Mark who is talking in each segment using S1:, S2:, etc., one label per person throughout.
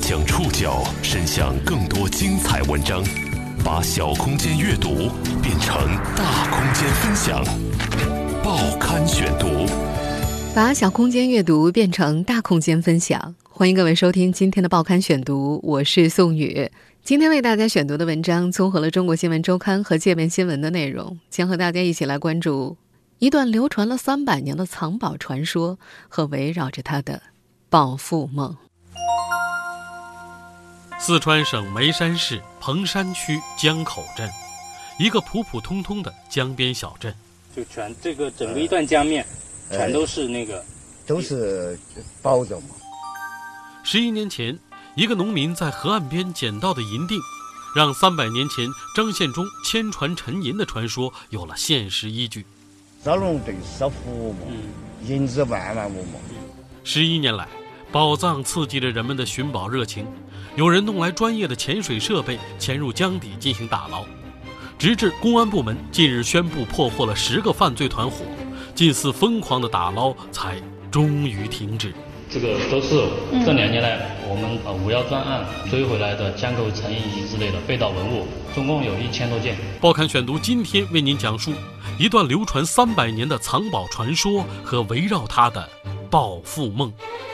S1: 将触角伸向更多精彩文章，把小空间阅读变成大空间分享。报刊选读，
S2: 把小空间阅读变成大空间分享。欢迎各位收听今天的报刊选读，我是宋宇。今天为大家选读的文章综合了中国新闻周刊和界面新闻的内容，将和大家一起来关注一段流传了300年的藏宝传说和围绕着它的暴富梦。
S3: 四川省眉山市彭山区江口镇，一个普普通通的江边小镇，
S4: 就全这个整个一段江面，全都是那个，
S5: 都是宝的嘛。
S3: 11年前，一个农民在河岸边捡到的银锭，让300年前张献忠千船沉银的传说有了现实依据。
S5: 少龙对少福嘛，银子万万无嘛。
S3: 11年来，宝藏刺激着人们的寻宝热情，有人弄来专业的潜水设备潜入江底进行打捞，直至公安部门近日宣布破获了10个犯罪团伙，近似疯狂的打捞才终于停止。
S6: 这个都是这2年来我们5·1专案追回来的江口沉银遗之类的被盗文物，总共有1000多件。
S3: 报刊选读今天为您讲述一段流传300年的藏宝传说和围绕它的暴富梦。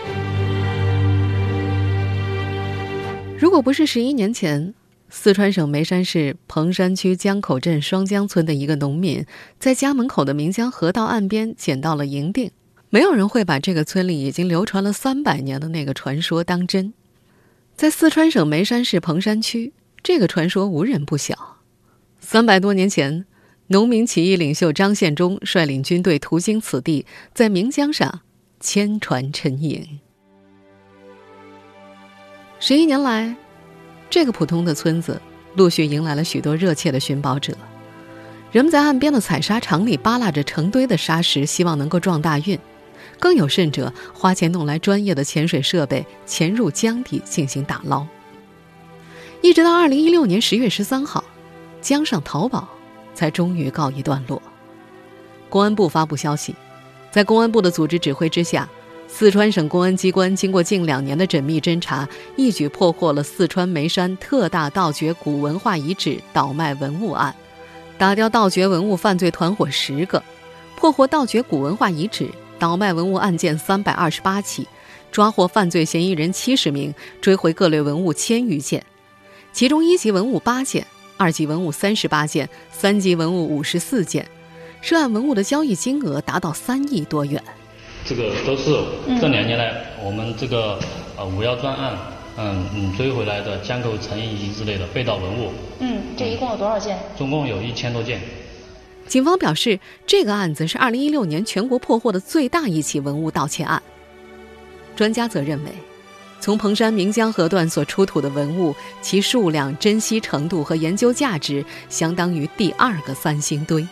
S2: 如果不是11年前，四川省眉山市彭山区江口镇双江村的一个农民在家门口的岷江河道岸边捡到了银锭，没有人会把这个村里已经流传了300年的那个传说当真。在四川省眉山市彭山区，这个传说无人不晓。300多年前，农民起义领袖张献忠率领军队途经此地，在岷江上千船沉银。11年来，这个普通的村子陆续迎来了许多热切的寻宝者。人们在岸边的采砂场里扒拉着成堆的砂石，希望能够撞大运。更有甚者，花钱弄来专业的潜水设备，潜入江底进行打捞。一直到2016年10月13号，江上淘宝才终于告一段落。公安部发布消息，在公安部的组织指挥之下，四川省公安机关经过近2年的缜密侦查，一举破获了四川眉山特大盗掘古文化遗址倒卖文物案，打掉盗掘文物犯罪团伙10个，破获盗掘古文化遗址倒卖文物案件328起，抓获犯罪嫌疑人70名，追回各类文物1000余件，其中1级文物8件，2级文物38件，3级文物54件，涉案文物的交易金额达到3亿多元。
S6: 这个都是这2年来我们这个5·1专案追回来的江口沉银遗之类的被盗文物。
S7: 这一共有多少件？
S6: 总共有1000多件。
S2: 警方表示，这个案子是2016年全国破获的最大一起文物盗窃案。专家则认为，从彭山岷江河段所出土的文物，其数量、珍稀程度和研究价值相当于第2个3星堆。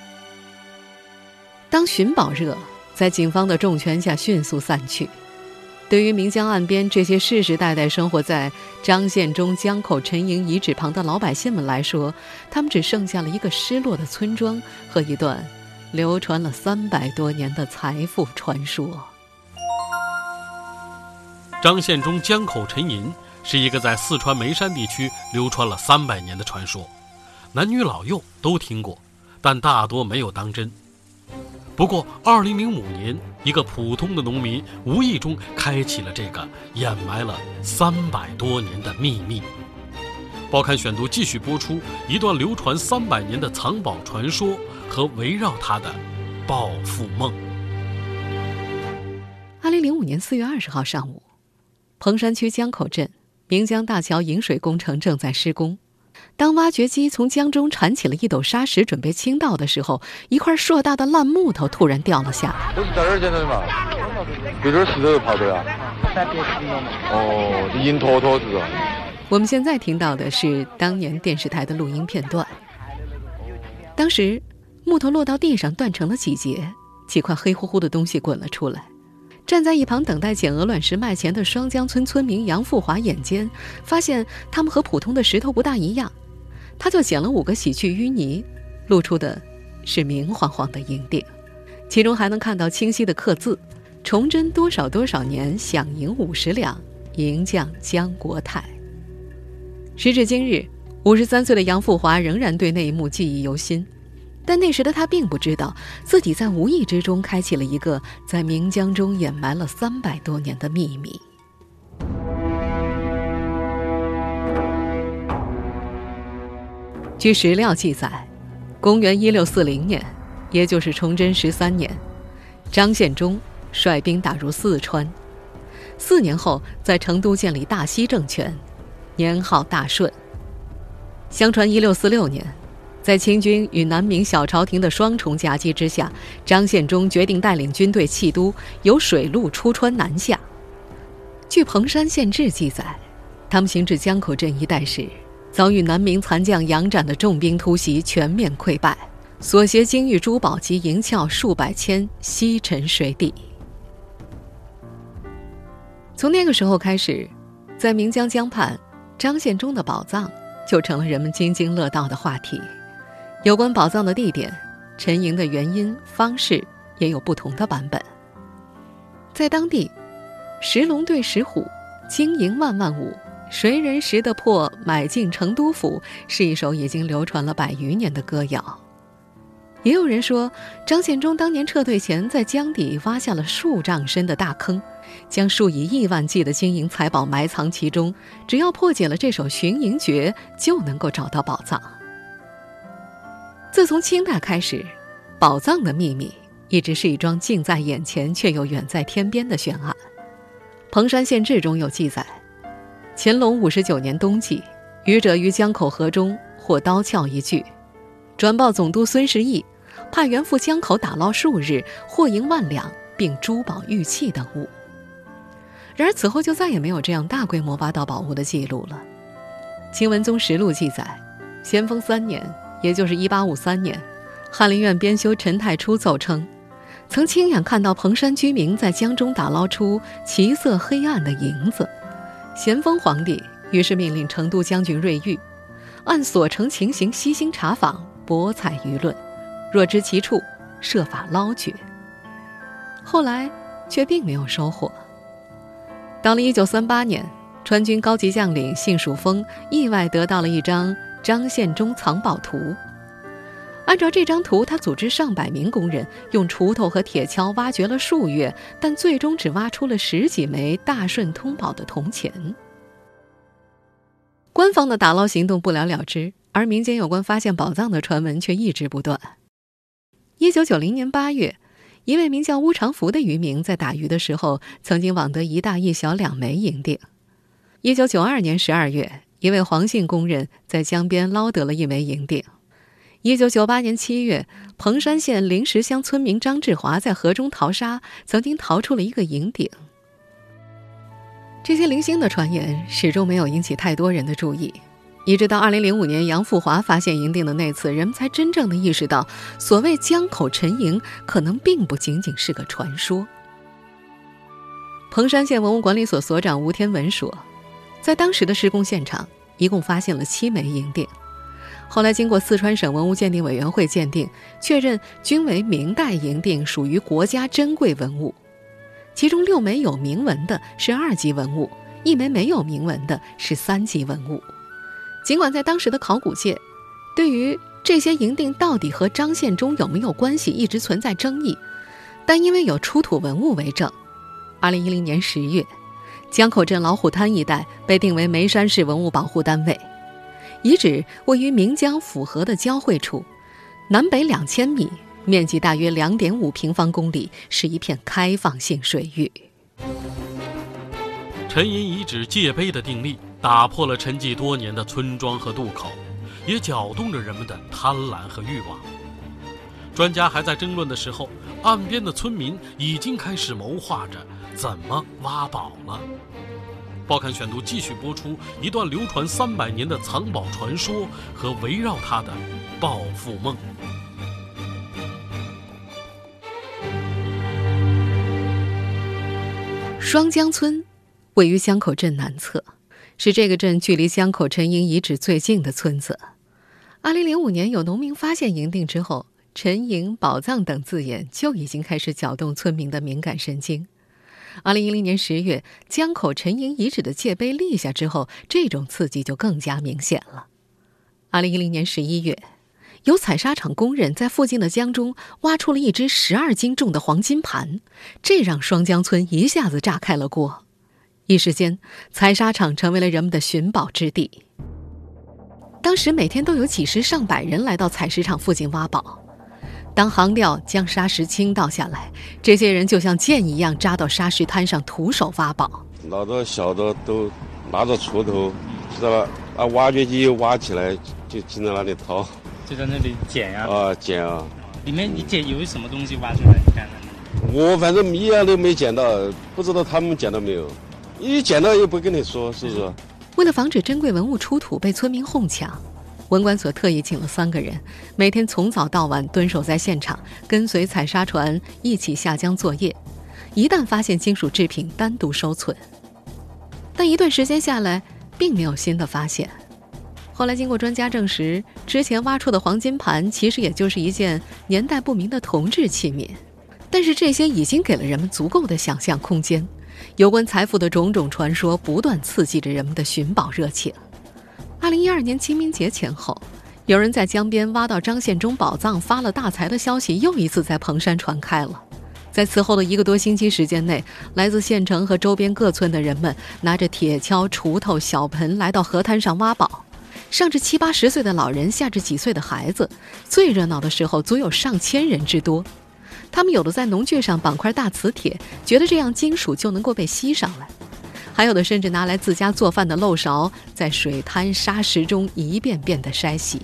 S2: 当寻宝热在警方的重拳下迅速散去，对于岷江岸边这些世世代代生活在张献忠江口沉银遗址旁的老百姓们来说，他们只剩下了一个失落的村庄和一段流传了300多年的财富传说。
S3: 张献忠江口沉银是一个在四川眉山地区流传了300年的传说，男女老幼都听过，但大多没有当真。不过2005年，一个普通的农民无意中开启了这个掩埋了300多年的秘密。报刊选读继续播出一段流传300年的藏宝传说和围绕它的暴富梦。
S2: 2005年4月20号上午，彭山区江口镇岷江大桥引水工程正在施工。当挖掘机从江中铲起了一斗沙石准备倾倒的时候，一块硕大的烂木头突然掉了下来。
S8: 都是在这儿捡到的嘛？对这儿石头有刨的呀？哦，银坨坨是吧？
S2: 我们现在听到的是当年电视台的录音片段。当时木头落到地上断成了几截，几块黑乎乎的东西滚了出来。站在一旁等待捡鹅卵石卖钱的双江村村民杨富华眼尖，发现他们和普通的石头不大一样，他就捡了5个洗去淤泥，露出的是明晃晃的银锭，其中还能看到清晰的刻字：崇祯多少多少年饷银50两， 营将姜国泰。时至今日，53岁的杨富华仍然对那一幕记忆犹新，但那时的他并不知道，自己在无意之中开启了一个在岷江中掩埋了300多年的秘密。据史料记载，公元1640年，也就是崇祯13年，张献忠率兵打入四川，4年后在成都建立大西政权，年号大顺。相传1646年，在清军与南明小朝廷的双重夹击之下，张献忠决定带领军队弃都，由水路出川南下。据《彭山县志》记载，他们行至江口镇一带时，遭遇南明残将杨展的重兵突袭，全面溃败，所携金玉珠宝及银鞘数百千，西沉水底。从那个时候开始，在岷江江畔，张献忠的宝藏就成了人们津津乐道的话题。有关宝藏的地点、沉营的原因、方式也有不同的版本。在当地，石龙对石虎，金银万万五，谁人识得破，买进成都府，是一首已经流传了100余年的歌谣。也有人说，张献忠当年撤退前在江底挖下了数丈深的大坑，将数以亿万计的金银财宝埋藏其中，只要破解了这首寻银诀，就能够找到宝藏。自从清代开始，宝藏的秘密一直是一桩近在眼前却又远在天边的悬案。彭山县志中有记载，乾隆59年冬季，渔者于江口河中获刀鞘一具，转报总督孙世义，派员赴江口打捞数日，获银10000两，并珠宝玉器等物。然而此后就再也没有这样大规模挖到宝物的记录了。清文宗实录记载，咸丰3年，也就是1853年，翰林院编修陈太初奏称，曾亲眼看到彭山居民在江中打捞出奇色黑暗的银子。咸丰皇帝于是命令成都将军瑞玉，按所成情形悉心查访，博采舆论，若知其处，设法捞掘。后来却并没有收获。到了1938年，川军高级将领信曙峰意外得到了一张张献忠藏宝图。按照这张图，他组织上百名工人用锄头和铁锹挖掘了数月，但最终只挖出了10几枚大顺通宝的铜钱。官方的打捞行动不了了之，而民间有关发现宝藏的传闻却一直不断。1990年8月，一位名叫乌长福的渔民在打鱼的时候，曾经网得1大1小2枚银锭。1992年12月，一位黄姓工人在江边捞得了1枚银锭。1998年7月，彭山县灵石乡村民张志华在河中淘沙，曾经淘出了一个银锭。这些零星的传言始终没有引起太多人的注意，一直到2005年杨富华发现银锭的那次，人们才真正的意识到，所谓江口沉银可能并不仅仅是个传说。彭山县文物管理所所长吴天文说，在当时的施工现场，一共发现了7枚银锭。后来经过四川省文物鉴定委员会鉴定，确认均为明代银锭，属于国家珍贵文物。其中6枚有铭文的是2级文物，1枚没有铭文的是3级文物。尽管在当时的考古界，对于这些银锭到底和张献忠有没有关系一直存在争议，但因为有出土文物为证，2010年10月，江口镇老虎滩一带被定为眉山市文物保护单位。遗址位于岷江府河的交汇处，南北2000米，面积大约2.5平方公里，是一片开放性水域。
S3: 沉银遗址界碑的定立，打破了沉寂多年的村庄和渡口，也搅动着人们的贪婪和欲望。专家还在争论的时候，岸边的村民已经开始谋划着怎么挖宝了。报刊选读继续播出一段流传300年的藏宝传说和围绕它的暴富梦。
S2: 双江村位于江口镇南侧，是这个镇距离江口沉银遗址最近的村子。2005年有农民发现银锭之后，沉银、宝藏等字眼就已经开始搅动村民的敏感神经。 2010年10月，江口沉银遗址的界碑立下之后，这种刺激就更加明显了。2010年11月，有采砂厂工人在附近的江中挖出了一只12斤重的黄金盘，这让双江村一下子炸开了锅。一时间，采砂场成为了人们的寻宝之地。当时每天都有几十上百人来到采石场附近挖宝。当航料将砂石倾倒下来，这些人就像箭一样扎到砂石滩上，徒手挖宝。
S9: 老的小的都拿着锄头，知道吧？挖掘机挖起来就进到那里掏，
S4: 就在那里捡呀。
S9: 捡啊！
S4: 里面你有什么东西挖出来？你看看。
S9: 我反正一样都没捡到，不知道他们捡到没有。一捡到又不跟你说，是不是？
S2: 为了防止珍贵文物出土被村民哄抢，文管所特意请了3个人，每天从早到晚蹲守在现场，跟随采砂船一起下江作业。一旦发现金属制品，单独收存。但一段时间下来，并没有新的发现。后来经过专家证实，之前挖出的黄金盘其实也就是一件年代不明的铜制器皿。但是这些已经给了人们足够的想象空间，有关财富的种种传说不断刺激着人们的寻宝热情。2012年清明节前后，有人在江边挖到张献忠宝藏发了大财的消息又一次在彭山传开了。在此后的1个多星期时间内，来自县城和周边各村的人们拿着铁锹、锄头、小盆来到河滩上挖宝，上至70、80岁的老人，下至几岁的孩子，最热闹的时候足有上千人之多。他们有的在农具上绑块大磁铁，觉得这样金属就能够被吸上来；还有的甚至拿来自家做饭的漏勺，在水滩沙石中一遍遍地筛洗。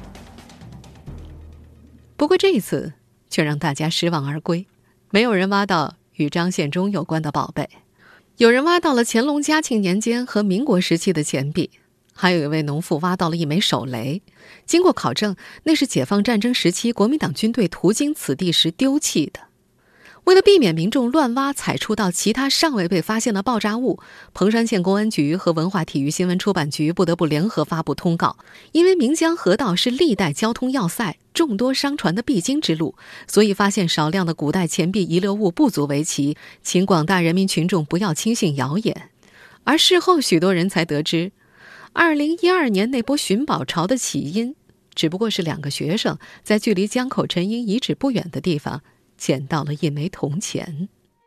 S2: 不过这一次却让大家失望而归，没有人挖到与张献忠有关的宝贝。有人挖到了乾隆、嘉庆年间和民国时期的钱币，还有一位农妇挖到了一枚手雷，经过考证，那是解放战争时期国民党军队途经此地时丢弃的。为了避免民众乱挖采触到其他尚未被发现的爆炸物，彭山县公安局和文化体育新闻出版局不得不联合发布通告。因为岷江河道是历代交通要塞、众多商船的必经之路，所以发现少量的古代钱币遗留物不足为奇，请广大人民群众不要轻信谣言。而事后许多人才得知，2012年那波寻宝潮的起因，只不过是2个学生在距离江口沉银遗址不远的地方捡到了一枚铜钱。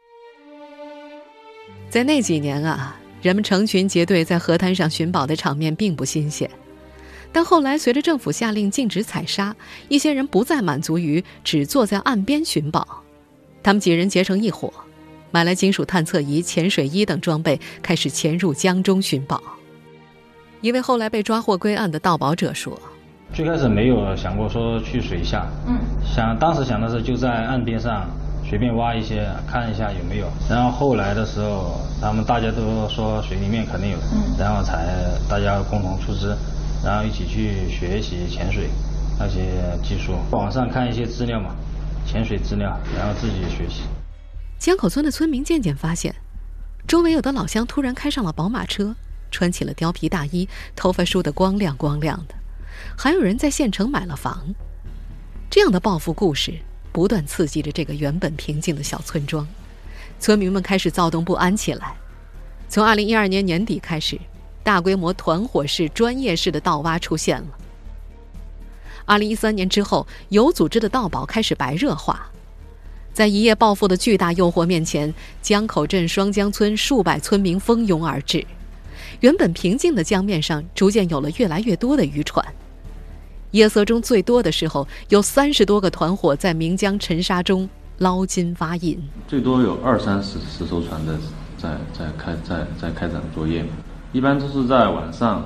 S2: 在那几年啊，人们成群结队在河滩上寻宝的场面并不新鲜。但后来随着政府下令禁止采砂，一些人不再满足于只坐在岸边寻宝，他们几人结成一伙，买来金属探测仪、潜水衣等装备，开始潜入江中寻宝。一位后来被抓获归案的盗宝者说，
S10: 最开始没有想过说去水下，当时想的是就在岸边上随便挖一些看一下有没有，然后后来的时候他们大家都说水里面肯定有，然后才大家共同出资，然后一起去学习潜水那些技术，网上看一些资料嘛，潜水资料，然后自己学习。
S2: 江口村的村民渐渐发现，周围有的老乡突然开上了宝马车，穿起了貂皮大衣，头发梳得光亮光亮的，还有人在县城买了房。这样的暴富故事不断刺激着这个原本平静的小村庄，村民们开始躁动不安起来。从2012年年底开始，大规模团伙式、专业式的盗挖出现了。2013年之后，有组织的盗宝开始白热化。在一夜暴富的巨大诱惑面前，江口镇双江村数百村民蜂拥而至。原本平静的江面上逐渐有了越来越多的渔船。夜色中最多的时候，有30多个团伙在岷江沉沙中捞金挖银，
S11: 最多有20-30艘船的在开展作业，一般都是在晚上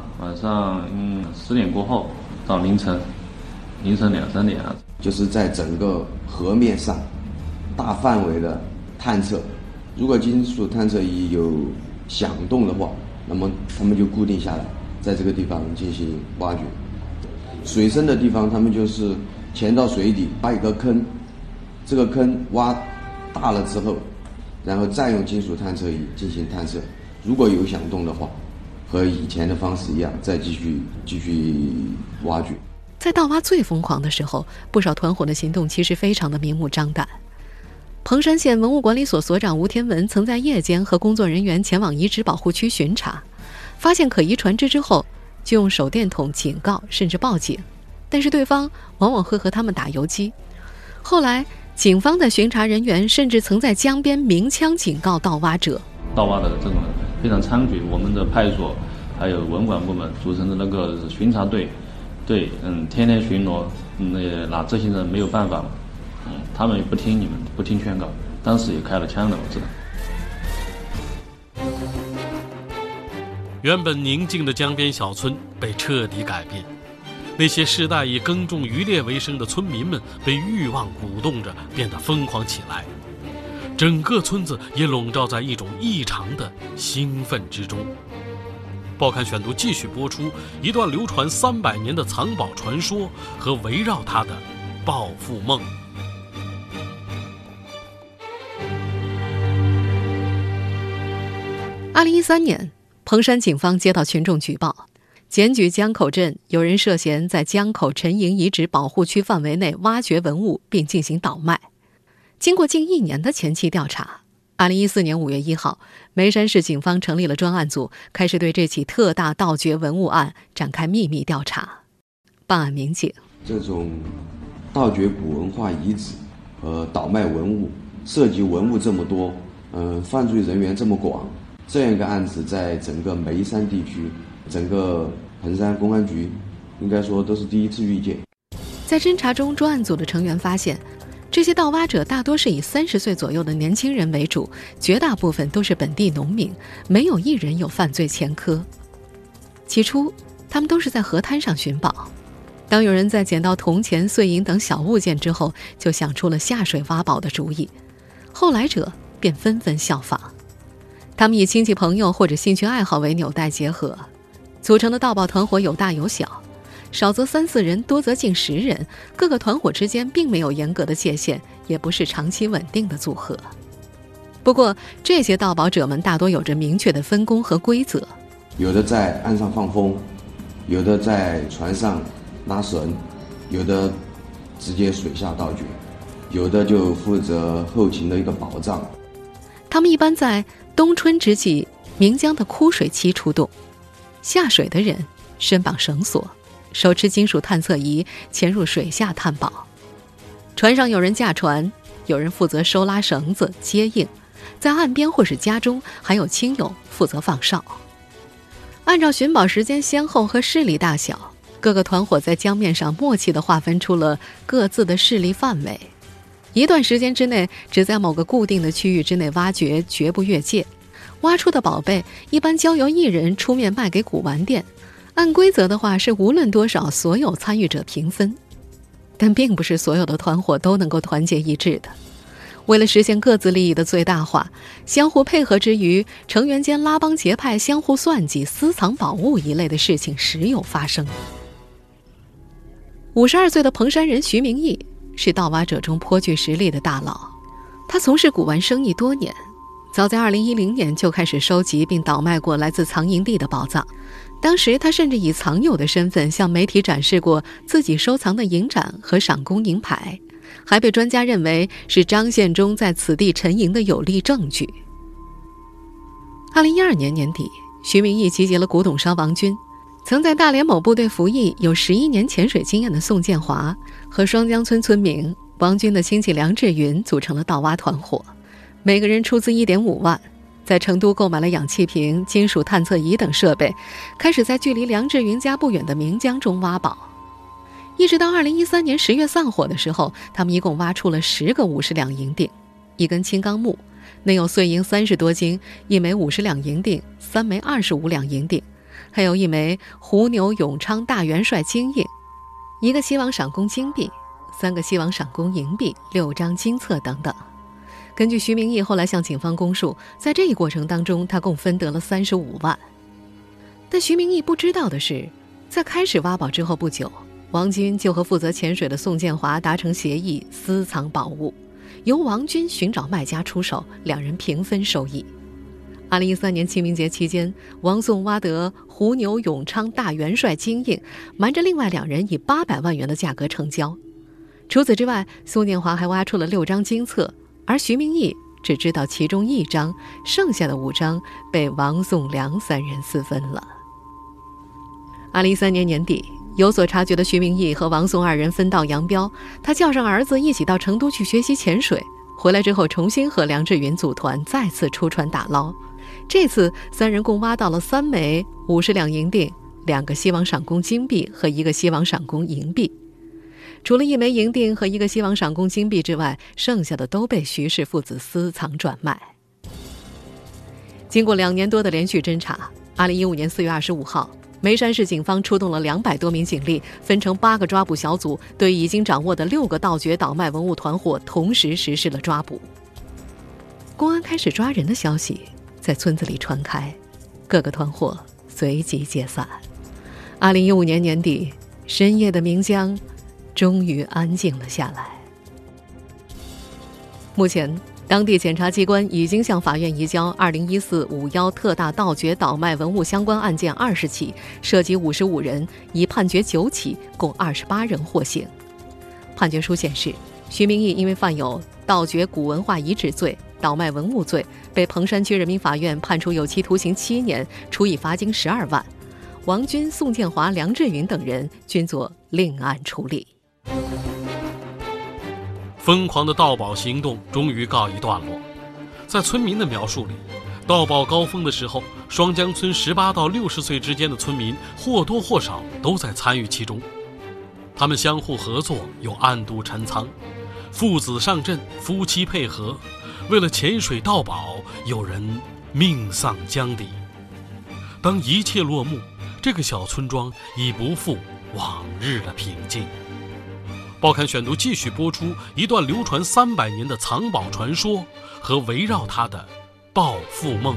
S11: 10点过后到凌晨2-3点啊，
S12: 就是在整个河面上大范围的探测，如果金属探测仪有响动的话，那么他们就固定下来，在这个地方进行挖掘。水深的地方，他们就是潜到水底挖一个坑，这个坑挖大了之后，然后再用金属探测仪进行探测，如果有响动的话，和以前的方式一样，再继续挖掘。在
S2: 盗挖最疯狂的时候，不少团伙的行动其实非常的明目张胆。 彭山县文物管理所所长吴天文曾在夜间和工作人员前往遗址保护区巡查，发现可疑船只之后，就用手电筒警告甚至报警，但是对方往往会和他们打游击。后来警方的巡查人员甚至曾在江边鸣枪警告盗挖者。
S11: 盗挖的这种非常猖獗，我们的派出所还有文管部门组成的那个巡查队，天天巡逻，那这些人没有办法嘛，他们也不听你们，不听劝告，当时也开了枪的，我知道。
S3: 原本宁静的江边小村被彻底改变，那些世代以耕种渔猎为生的村民们被欲望鼓动着，变得疯狂起来。整个村子也笼罩在一种异常的兴奋之中。报刊选读继续播出一段流传300年的藏宝传说和围绕它的暴富梦。
S2: 2013年，彭山警方接到群众举报，检举江口镇有人涉嫌在江口陈营遗址保护区范围内挖掘文物并进行倒卖。经过近1年的前期调查，2014年5月1号，眉山市警方成立了专案组，开始对这起特大盗掘文物案展开秘密调查。办案民警，
S12: 这种盗掘古文化遗址和倒卖文物，涉及文物这么多，犯罪人员这么广，这样一个案子在整个眉山地区，整个彭山公安局应该说都是第一次遇见。
S2: 在侦查中，专案组的成员发现，这些盗挖者大多是以30岁左右的年轻人为主，绝大部分都是本地农民，没有一人有犯罪前科。起初，他们都是在河滩上寻宝，当有人在捡到铜钱、碎银等小物件之后，就想出了下水挖宝的主意，后来者便纷纷效仿。他们以亲戚朋友或者兴趣爱好为纽带结合，组成的盗宝团伙有大有小，少则3-4人，多则近10人，各个团伙之间并没有严格的界限，也不是长期稳定的组合。不过，这些盗宝者们大多有着明确的分工和规则，
S12: 有的在岸上放风，有的在船上拉绳，有的直接水下盗掘，有的就负责后勤的一个保障。
S2: 他们一般在冬春之际岷江的枯水期出动，下水的人身绑绳索，手持金属探测仪潜入水下探宝。船上有人驾船，有人负责收拉绳子接应，在岸边或是家中还有亲友负责放哨。按照寻宝时间先后和势力大小，各个团伙在江面上默契地划分出了各自的势力范围，一段时间之内只在某个固定的区域之内挖掘，绝不越界。挖出的宝贝一般交由一人出面卖给古玩店，按规则的话是无论多少所有参与者平分，但并不是所有的团伙都能够团结一致的。为了实现各自利益的最大化，相互配合之余，成员间拉帮结派、相互算计、私藏宝物一类的事情时有发生。52岁的彭山人徐明义是盗挖者中颇具实力的大佬，他从事古玩生意多年，早在2010年就开始收集并倒卖过来自藏营地的宝藏。当时他甚至以藏友的身份向媒体展示过自己收藏的银盏和赏功银牌，还被专家认为是张献忠在此地沉营的有力证据。2012年年底，徐明义集结了古董商王军，曾在大连某部队服役、有11年潜水经验的宋建华和双江村村民王军的亲戚梁志云组成了盗挖团伙，每个人出资1.5万，在成都购买了氧气瓶、金属探测仪等设备，开始在距离梁志云家不远的岷江中挖宝。一直到2013年10月散伙的时候，他们一共挖出了10个50两银锭，1根青钢木，内有碎银30多斤，1枚50两银锭，3枚25两银锭，还有1枚胡牛永昌大元帅金印，1个西王赏功金币，3个西王赏功银币，6张金册等等。根据徐明义后来向警方供述，在这一过程当中，他共分得了35万。但徐明义不知道的是，在开始挖宝之后不久，王军就和负责潜水的宋建华达成协议，私藏宝物，由王军寻找卖家出手，两人平分收益。2013年清明节期间，王宋挖得胡牛永昌大元帅金印，瞒着另外2人以800万元的价格成交。除此之外，宋建华还挖出了6张金册而徐明义只知道其中1张，剩下的5张被王宋梁3人私分了。2013年年底，有所察觉的徐明义和王宋2人分道扬镳，他叫上儿子一起到成都去学习潜水，回来之后重新和梁志云组团再次出船打捞。这次3人共挖到了3枚50两银锭、2个西王赏功金币和1个西王赏功银币。除了1枚银锭和1个西王赏功金币之外，剩下的都被徐氏父子私藏转卖。经过2年多的连续侦查，2015年4月25号，眉山市警方出动了200多名警力，分成8个抓捕小组，对已经掌握的6个盗掘倒卖文物团伙同时实施了抓捕。公安开始抓人的消息在村子里传开，各个团伙随即解散。2015年年底，深夜的岷江终于安静了下来。目前，当地检察机关已经向法院移交2014-51特大盗掘倒卖文物相关案件20起，涉及55人，已判决9起，共28人获刑。判决书显示，徐明义因为犯有盗掘古文化遗址罪、倒卖文物罪，被彭山区人民法院判处有期徒刑7年，处以罚金12万。王军、宋建华、梁志云等人均作另案处理。
S3: 疯狂的盗宝行动终于告一段落。在村民的描述里，盗宝高峰的时候，双江村18到60岁之间的村民或多或少都在参与其中。他们相互合作，又暗度陈仓，父子上阵，夫妻配合，为了潜水盗宝，有人命丧江底。当一切落幕，这个小村庄已不复往日的平静。报刊选读继续播出一段流传300年的藏宝传说和围绕它的暴富梦。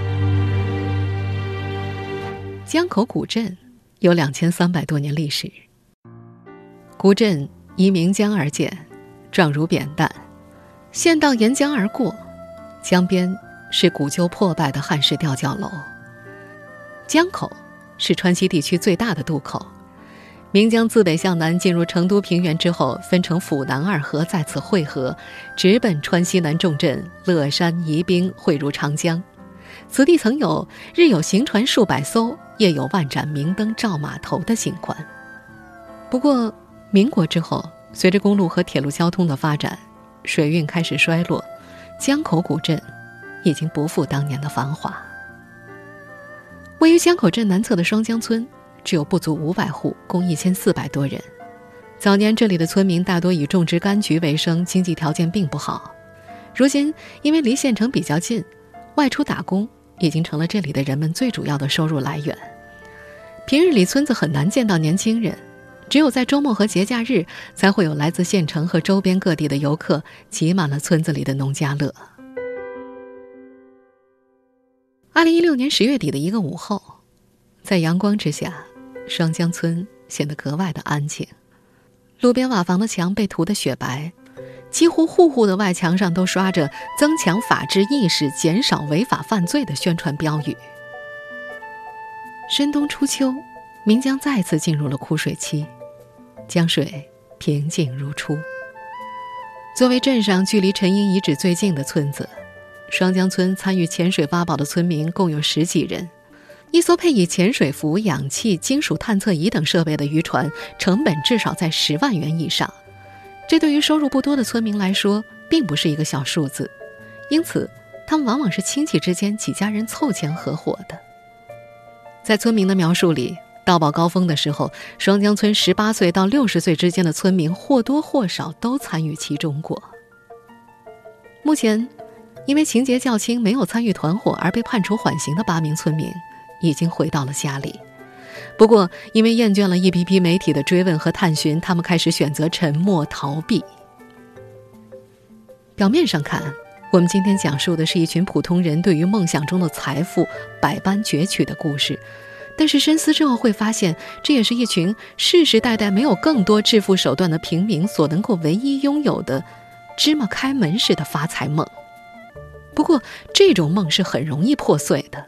S2: 江口古镇有2300多年历史。古镇依岷江而建，状如扁担，县道沿江而过，江边是古旧破败的汉式吊脚楼。江口是川西地区最大的渡口，岷江自北向南进入成都平原之后，分成府南2河在此汇合，直奔川西南重镇乐山、宜宾，汇入长江。此地曾有日有行船数百艘，夜有万盏明灯照码头的景观。不过民国之后，随着公路和铁路交通的发展，水运开始衰落，江口古镇已经不复当年的繁华。位于江口镇南侧的双江村只有不足500户，共1400多人。早年这里的村民大多以种植柑橘为生，经济条件并不好。如今因为离县城比较近，外出打工已经成了这里的人们最主要的收入来源。平日里村子很难见到年轻人，只有在周末和节假日才会有来自县城和周边各地的游客挤满了村子里的农家乐。2016年10月底的一个午后，在阳光之下，双江村显得格外的安静。路边瓦房的墙被涂得雪白，几乎户户的外墙上都刷着增强法治意识、减少违法犯罪的宣传标语。深冬初秋，岷江再次进入了枯水期，江水平静如初。作为镇上距离陈英遗址最近的村子，双江村参与潜水挖宝的村民共有10几人。一艘配以潜水服、氧气、金属探测仪等设备的渔船，成本至少在10万元以上。这对于收入不多的村民来说，并不是一个小数字，因此他们往往是亲戚之间几家人凑钱合伙的。在村民的描述里，盗宝高峰的时候，双江村18岁到60岁之间的村民或多或少都参与其中过。目前因为情节较轻，没有参与团伙而被判处缓刑的8名村民已经回到了家里。不过因为厌倦了一批批媒体的追问和探寻，他们开始选择沉默逃避。表面上看，我们今天讲述的是一群普通人对于梦想中的财富百般攫取的故事，但是深思之后会发现，这也是一群世世代代没有更多致富手段的平民所能够唯一拥有的芝麻开门式的发财梦。不过这种梦是很容易破碎的。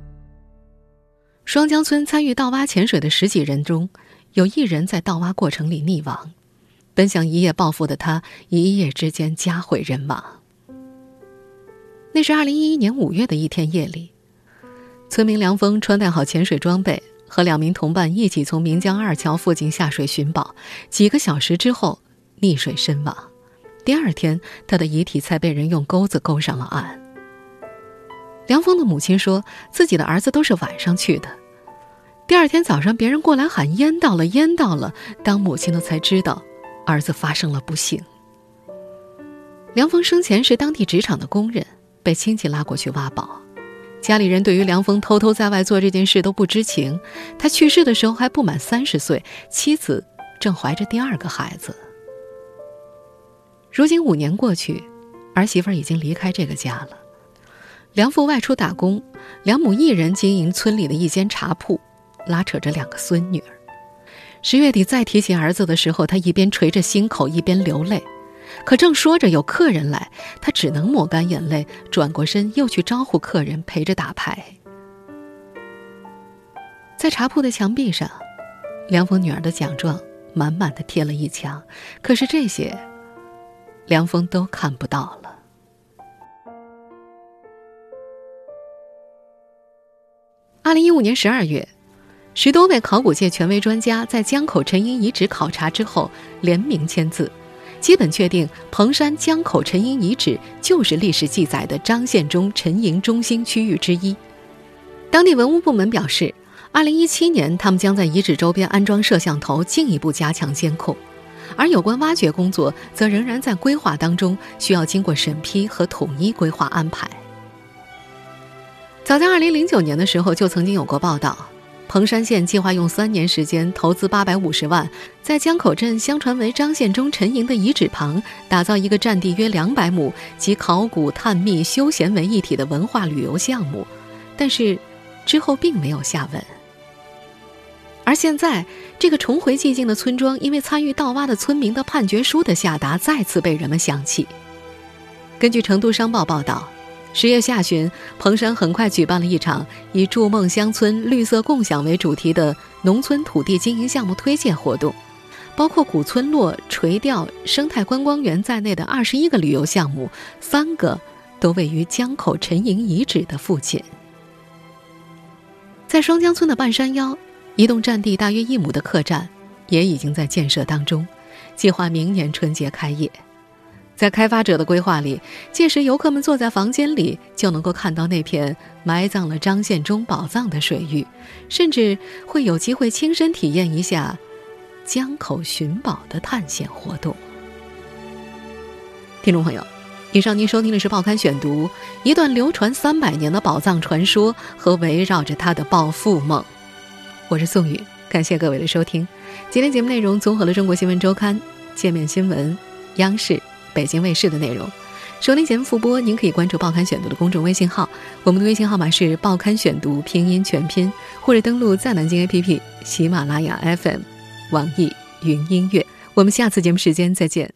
S2: 双江村参与盗挖潜水的10几人中，有1人在盗挖过程里溺亡。本想一夜暴富的他，一夜之间家毁人亡。 那是2011年5月的一天夜里，村民梁峰穿戴好潜水装备，和2名同伴一起从岷江2桥附近下水寻宝，几个小时之后溺水身亡。第二天，他的遗体才被人用钩子勾上了岸。梁峰的母亲说，自己的儿子都是晚上去的。第二天早上，别人过来喊淹到了，淹到了，当母亲的才知道儿子发生了不幸。梁峰生前是当地纸厂的工人，被亲戚拉过去挖宝。家里人对于梁峰偷偷在外做这件事都不知情，他去世的时候还不满30岁，妻子正怀着第2个孩子。如今5年过去，儿媳妇已经离开这个家了。梁父外出打工，梁母一人经营村里的一间茶铺，拉扯着2个孙女儿。10月底再提起儿子的时候，他一边捶着心口一边流泪。可正说着有客人来，他只能抹干眼泪，转过身又去招呼客人陪着打牌。在茶铺的墙壁上，梁峰女儿的奖状满满的贴了一墙，可是这些梁峰都看不到了。2015年12月，10多位考古界权威专家在江口沉银遗址考察之后联名签字，基本确定彭山江口沉银遗址就是历史记载的张献忠沉银中心区域之一。当地文物部门表示，2017年他们将在遗址周边安装摄像头，进一步加强监控。而有关挖掘工作则仍然在规划当中，需要经过审批和统一规划安排。早在2009年的时候，就曾经有过报道，彭山县计划用3年时间，投资850万，在江口镇相传为张献忠沉银的遗址旁，打造一个占地约200亩、集考古、探秘、休闲为一体的文化旅游项目，但是之后并没有下文。而现在，这个重回寂静的村庄，因为参与盗挖的村民的判决书的下达，再次被人们想起。根据成都商报报道，10月下旬，彭山很快举办了一场以筑梦乡村绿色共享为主题的农村土地经营项目推介活动，包括古村落、垂钓、生态观光园在内的21个旅游项目，3个都位于江口沉银遗址的附近。在双江村的半山腰，一栋占地大约1亩的客栈也已经在建设当中，计划明年春节开业。在开发者的规划里，届时游客们坐在房间里就能够看到那片埋葬了张献忠宝藏的水域，甚至会有机会亲身体验一下江口寻宝的探险活动。听众朋友，以上您收听的是《报刊选读》，一段流传300年的宝藏传说和围绕着它的暴富梦。我是宋宇，感谢各位的收听。今天节目内容综合了中国新闻周刊、界面新闻、央视、北京卫视的内容。收听节目复播，您可以关注报刊选读的公众微信号，我们的微信号码是报刊选读拼音全拼，或者登录在南京 APP、喜马拉雅 FM、网易云音乐。我们下次节目时间再见。